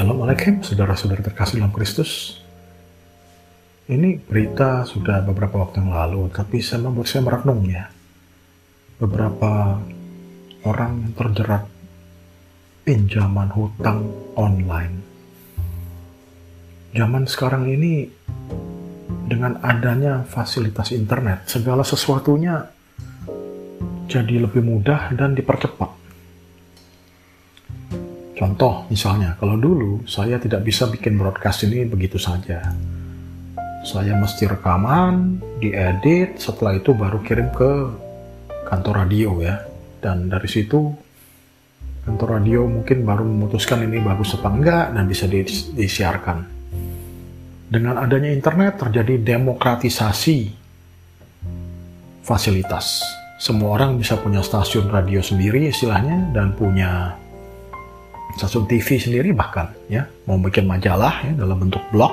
Shalom Alaikum, saudara-saudara terkasih dalam Kristus. Ini berita sudah beberapa waktu yang lalu, tapi membuat saya merenung ya. Beberapa orang yang terjerat pinjaman hutang online. Zaman sekarang ini, dengan adanya fasilitas internet, segala sesuatunya jadi lebih mudah dan dipercepat. Contoh misalnya, kalau dulu saya tidak bisa bikin broadcast ini begitu saja. Saya mesti rekaman, diedit, setelah itu baru kirim ke kantor radio ya. Dan dari situ kantor radio mungkin baru memutuskan ini bagus apa enggak dan bisa disiarkan. Dengan adanya internet terjadi demokratisasi fasilitas. Semua orang bisa punya stasiun radio sendiri istilahnya dan punya stasiun TV sendiri bahkan ya, mau bikin majalah ya dalam bentuk blog,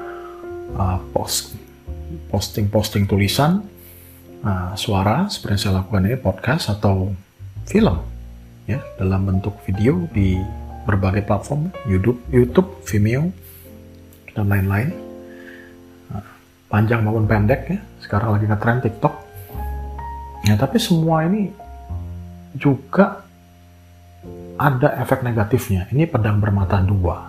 posting tulisan, suara seperti yang saya lakukan ini, podcast atau film ya dalam bentuk video di berbagai platform, YouTube, Vimeo dan lain-lain, panjang maupun pendek ya. Sekarang lagi ngetren TikTok ya, tapi semua ini juga ada efek negatifnya. Ini pedang bermata dua.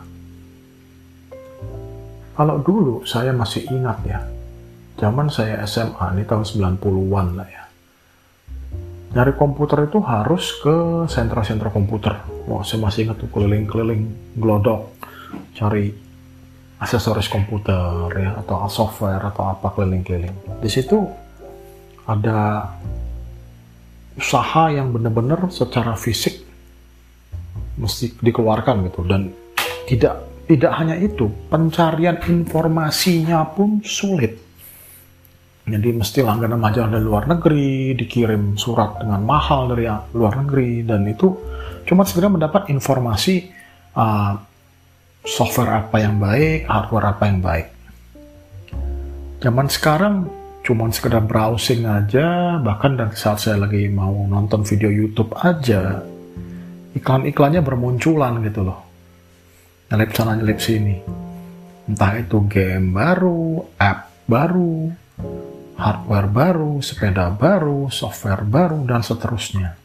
Kalau dulu saya masih ingat ya, zaman saya SMA, ini tahun 90-an lah ya. Dari komputer itu harus ke sentra-sentra komputer. Wah, saya masih ingat tuh keliling-keliling glodok, cari aksesoris komputer ya, atau software atau apa keliling-keliling. Di situ ada usaha yang benar-benar secara fisik mesti dikeluarkan gitu, dan tidak hanya itu, pencarian informasinya pun sulit. Jadi mesti langganan majalah dari luar negeri, dikirim surat dengan mahal dari luar negeri, dan itu cuma segera mendapat informasi software apa yang baik, hardware apa yang baik. Zaman sekarang cuma sekedar browsing aja, bahkan dari saat saya lagi mau nonton video YouTube aja, iklan-iklannya bermunculan gitu loh. Nyelip sana nyelip sini. Entah itu game baru, app baru, hardware baru, sepeda baru, software baru, dan seterusnya.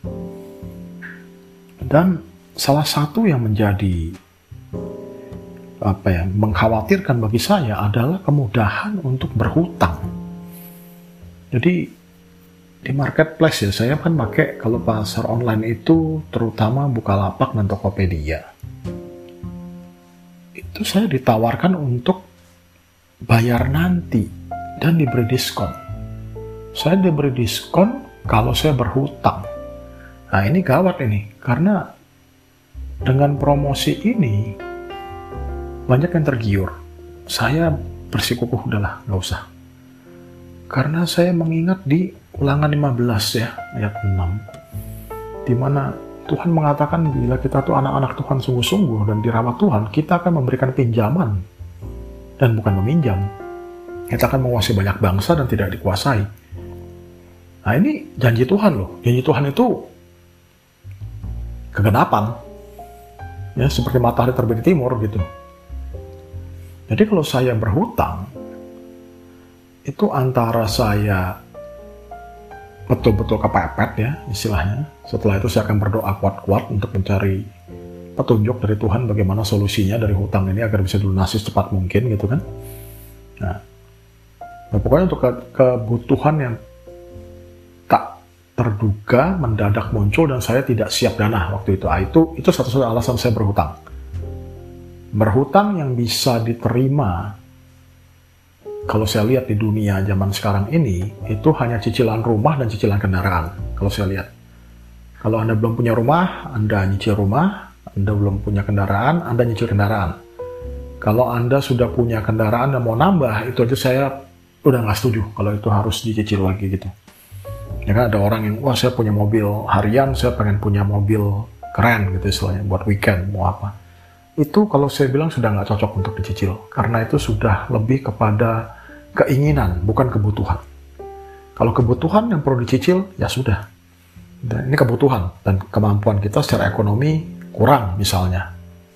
Dan salah satu yang menjadi mengkhawatirkan bagi saya adalah kemudahan untuk berhutang. Jadi di marketplace ya, saya kan pakai kalau pasar online itu terutama Bukalapak dan Tokopedia. Itu saya ditawarkan untuk bayar nanti dan diberi diskon. Saya diberi diskon kalau saya berhutang. Nah ini gawat ini, karena dengan promosi ini banyak yang tergiur. Saya bersikukuh udahlah, nggak usah. Karena saya mengingat di Ulangan 15 ya, ayat 6. Di mana Tuhan mengatakan bila kita tuh anak-anak Tuhan sungguh-sungguh dan dirawat Tuhan, kita akan memberikan pinjaman dan bukan meminjam. Kita akan menguasai banyak bangsa dan tidak dikuasai. Nah ini janji Tuhan loh. Janji Tuhan itu kegenapan. Ya, seperti matahari terbit di timur gitu. Jadi kalau saya berhutang, itu antara saya betul-betul kepepet ya istilahnya. Setelah itu saya akan berdoa kuat-kuat untuk mencari petunjuk dari Tuhan bagaimana solusinya dari hutang ini agar bisa dilunasi secepat mungkin gitu kan. Nah pokoknya untuk kebutuhan yang tak terduga mendadak muncul dan saya tidak siap dana waktu itu. Itu satu-satunya alasan saya berhutang. Berhutang yang bisa diterima kalau saya lihat di dunia zaman sekarang ini, itu hanya cicilan rumah dan cicilan kendaraan. Kalau saya lihat. Kalau Anda belum punya rumah, Anda nyicil rumah. Anda belum punya kendaraan, Anda nyicil kendaraan. Kalau Anda sudah punya kendaraan dan mau nambah, itu aja saya udah nggak setuju kalau itu harus dicicil lagi gitu. Ya kan ada orang yang, wah saya punya mobil harian, saya pengen punya mobil keren gitu istilahnya, buat weekend, mau apa. Itu kalau saya bilang sudah nggak cocok untuk dicicil. Karena itu sudah lebih kepada keinginan, bukan kebutuhan. Kalau kebutuhan yang perlu dicicil, ya sudah. Dan ini kebutuhan dan kemampuan kita secara ekonomi kurang misalnya.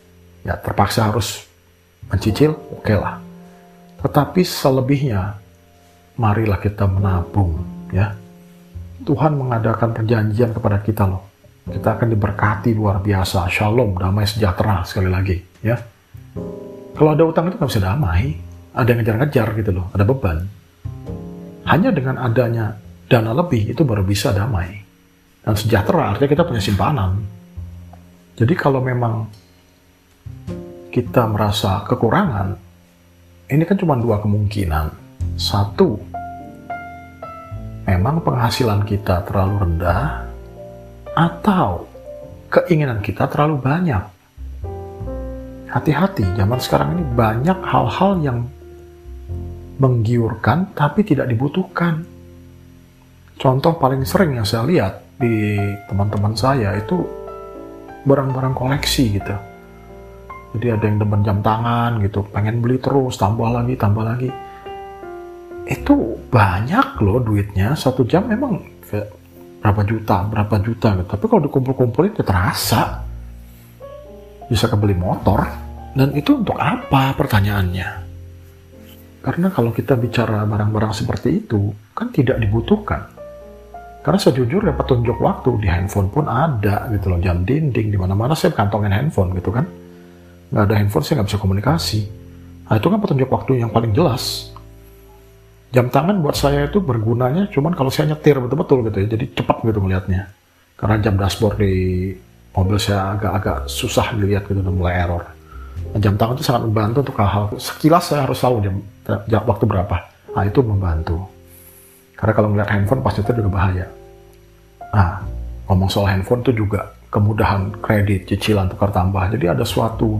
ya terpaksa harus mencicil, oke lah. Tetapi selebihnya, marilah kita menabung, ya. Tuhan mengadakan perjanjian kepada kita loh. Kita akan diberkati luar biasa. Shalom, damai sejahtera sekali lagi, ya. Kalau ada utang itu nggak bisa damai. Ada yang ngejar-ngejar gitu loh, ada beban. Hanya dengan adanya dana lebih itu baru bisa damai. Dan sejahtera artinya kita punya simpanan. Jadi kalau memang kita merasa kekurangan, ini kan cuma dua kemungkinan. Satu, memang penghasilan kita terlalu rendah, atau keinginan kita terlalu banyak. Hati-hati, zaman sekarang ini banyak hal-hal yang menggiurkan tapi tidak dibutuhkan. Contoh paling sering yang saya lihat di teman-teman saya itu barang-barang koleksi gitu. Jadi ada yang demen jam tangan gitu, pengen beli terus, tambah lagi. Itu banyak loh duitnya, 1 jam memang berapa juta gitu. Tapi kalau dikumpul-kumpulin itu terasa. Bisa kebeli motor, dan itu untuk apa pertanyaannya? Karena kalau kita bicara barang-barang seperti itu, kan tidak dibutuhkan. Karena sejujurnya petunjuk waktu di handphone pun ada gitu loh, jam dinding, di mana-mana saya kantongin handphone gitu kan. Nggak ada handphone saya nggak bisa komunikasi. Nah itu kan petunjuk waktu yang paling jelas. Jam tangan buat saya itu bergunanya cuman kalau saya nyetir betul-betul gitu ya, jadi cepat gitu ngelihatnya. Karena jam dashboard di mobil saya agak-agak susah dilihat gitu, udah mulai error. Nah, jam tangan itu sangat membantu untuk hal-hal sekilas saya harus tahu jam waktu berapa. Nah itu membantu. Karena kalau ngeliat handphone pasti itu juga bahaya. Nah ngomong soal handphone itu juga kemudahan kredit, cicilan, tukar tambah. Jadi ada suatu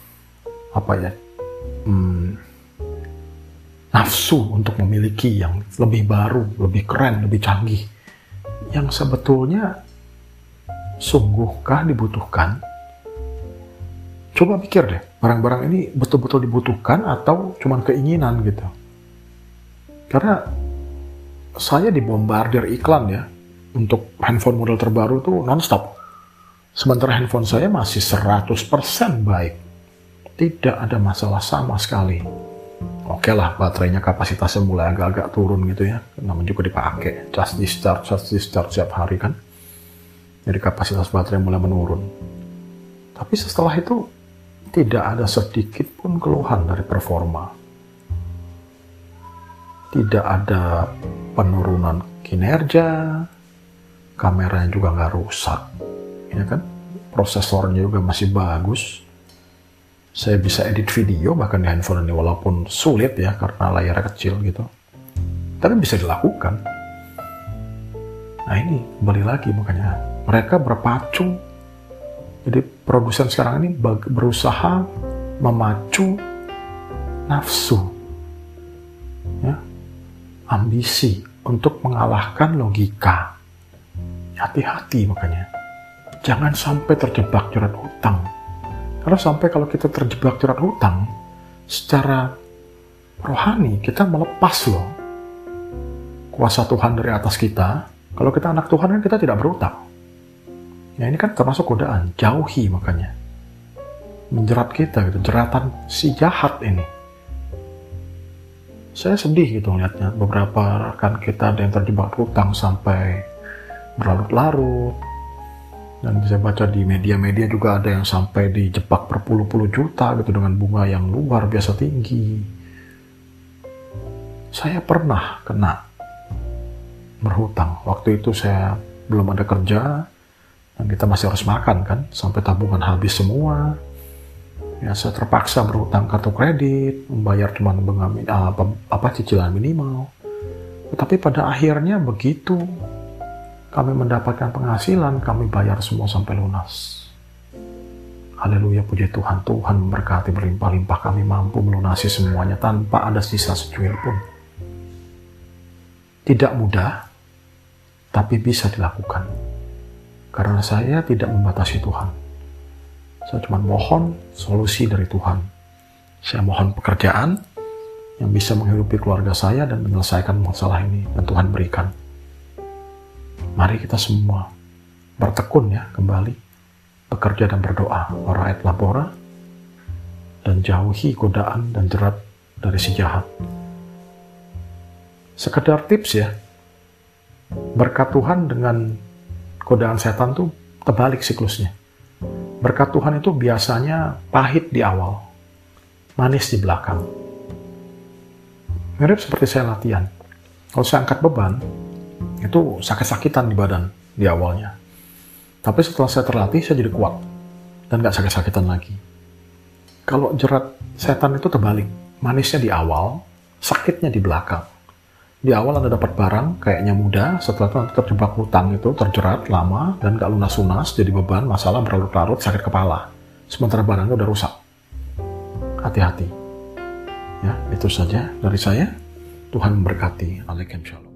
nafsu untuk memiliki yang lebih baru, lebih keren, lebih canggih. Yang sebetulnya sungguhkah dibutuhkan? Coba pikir deh, barang-barang ini betul-betul dibutuhkan atau cuma keinginan gitu. Karena saya dibombardir iklan ya, untuk handphone model terbaru tuh non-stop. Sementara handphone saya masih 100% baik. Tidak ada masalah sama sekali. Oke lah, baterainya kapasitasnya mulai agak-agak turun gitu ya. Namun juga dipakai, charge discharge setiap hari kan. Jadi kapasitas baterai mulai menurun. Tapi setelah itu, tidak ada sedikit pun keluhan dari performa. Tidak ada penurunan kinerja, kameranya juga nggak rusak. Ya kan? Prosesornya juga masih bagus. Saya bisa edit video bahkan di handphone ini walaupun sulit ya karena layarnya kecil gitu. Tapi bisa dilakukan. Nah ini kembali lagi makanya mereka berpacu. Jadi produsen sekarang ini berusaha memacu nafsu, ya, ambisi untuk mengalahkan logika. Hati-hati makanya. Jangan sampai terjebak jerat hutang. Karena sampai kalau kita terjebak jerat hutang, secara rohani kita melepas loh kuasa Tuhan dari atas kita. Kalau kita anak Tuhan kan kita tidak berhutang. Ya ini kan termasuk godaan, jauhi makanya. Menjerat kita gitu, jeratan si jahat ini. Saya sedih gitu ngeliatnya, beberapa rekan kita ada yang terjebak hutang sampai berlarut-larut. Dan bisa baca di media-media juga ada yang sampai dijebak berpuluh-puluh juta gitu dengan bunga yang luar biasa tinggi. Saya pernah kena berhutang. Waktu itu saya belum ada kerja dan kita masih harus makan kan, sampai tabungan habis semua. Ya saya terpaksa berhutang kartu kredit, membayar cuma cicilan minimal. Tetapi pada akhirnya begitu kami mendapatkan penghasilan, kami bayar semua sampai lunas. Haleluya, puji Tuhan. Tuhan memberkati berlimpah-limpah, kami mampu melunasi semuanya tanpa ada sisa secuil pun. Tidak mudah, tapi bisa dilakukan. Karena saya tidak membatasi Tuhan. Saya cuma mohon solusi dari Tuhan. Saya mohon pekerjaan yang bisa menghidupi keluarga saya dan menyelesaikan masalah ini. Dan Tuhan berikan. Mari kita semua bertekun ya kembali. Bekerja dan berdoa. Ora et labora, dan jauhi godaan dan jerat dari si jahat. Sekedar tips ya, berkat Tuhan dengan godaan setan tuh terbalik siklusnya. Berkat Tuhan itu biasanya pahit di awal, manis di belakang. Mirip seperti saya latihan. Kalau saya angkat beban, itu sakit-sakitan di badan di awalnya. Tapi setelah saya terlatih, saya jadi kuat dan gak sakit-sakitan lagi. Kalau jerat setan itu terbalik, manisnya di awal, sakitnya di belakang. Di awal Anda dapat barang, kayaknya mudah, setelah itu Anda terjebak hutang itu, terjerat lama, dan gak lunas-lunas, jadi beban, masalah berlarut-larut, sakit kepala. Sementara barangnya udah rusak. Hati-hati. Ya, itu saja dari saya. Tuhan memberkati. Alaikum shalom.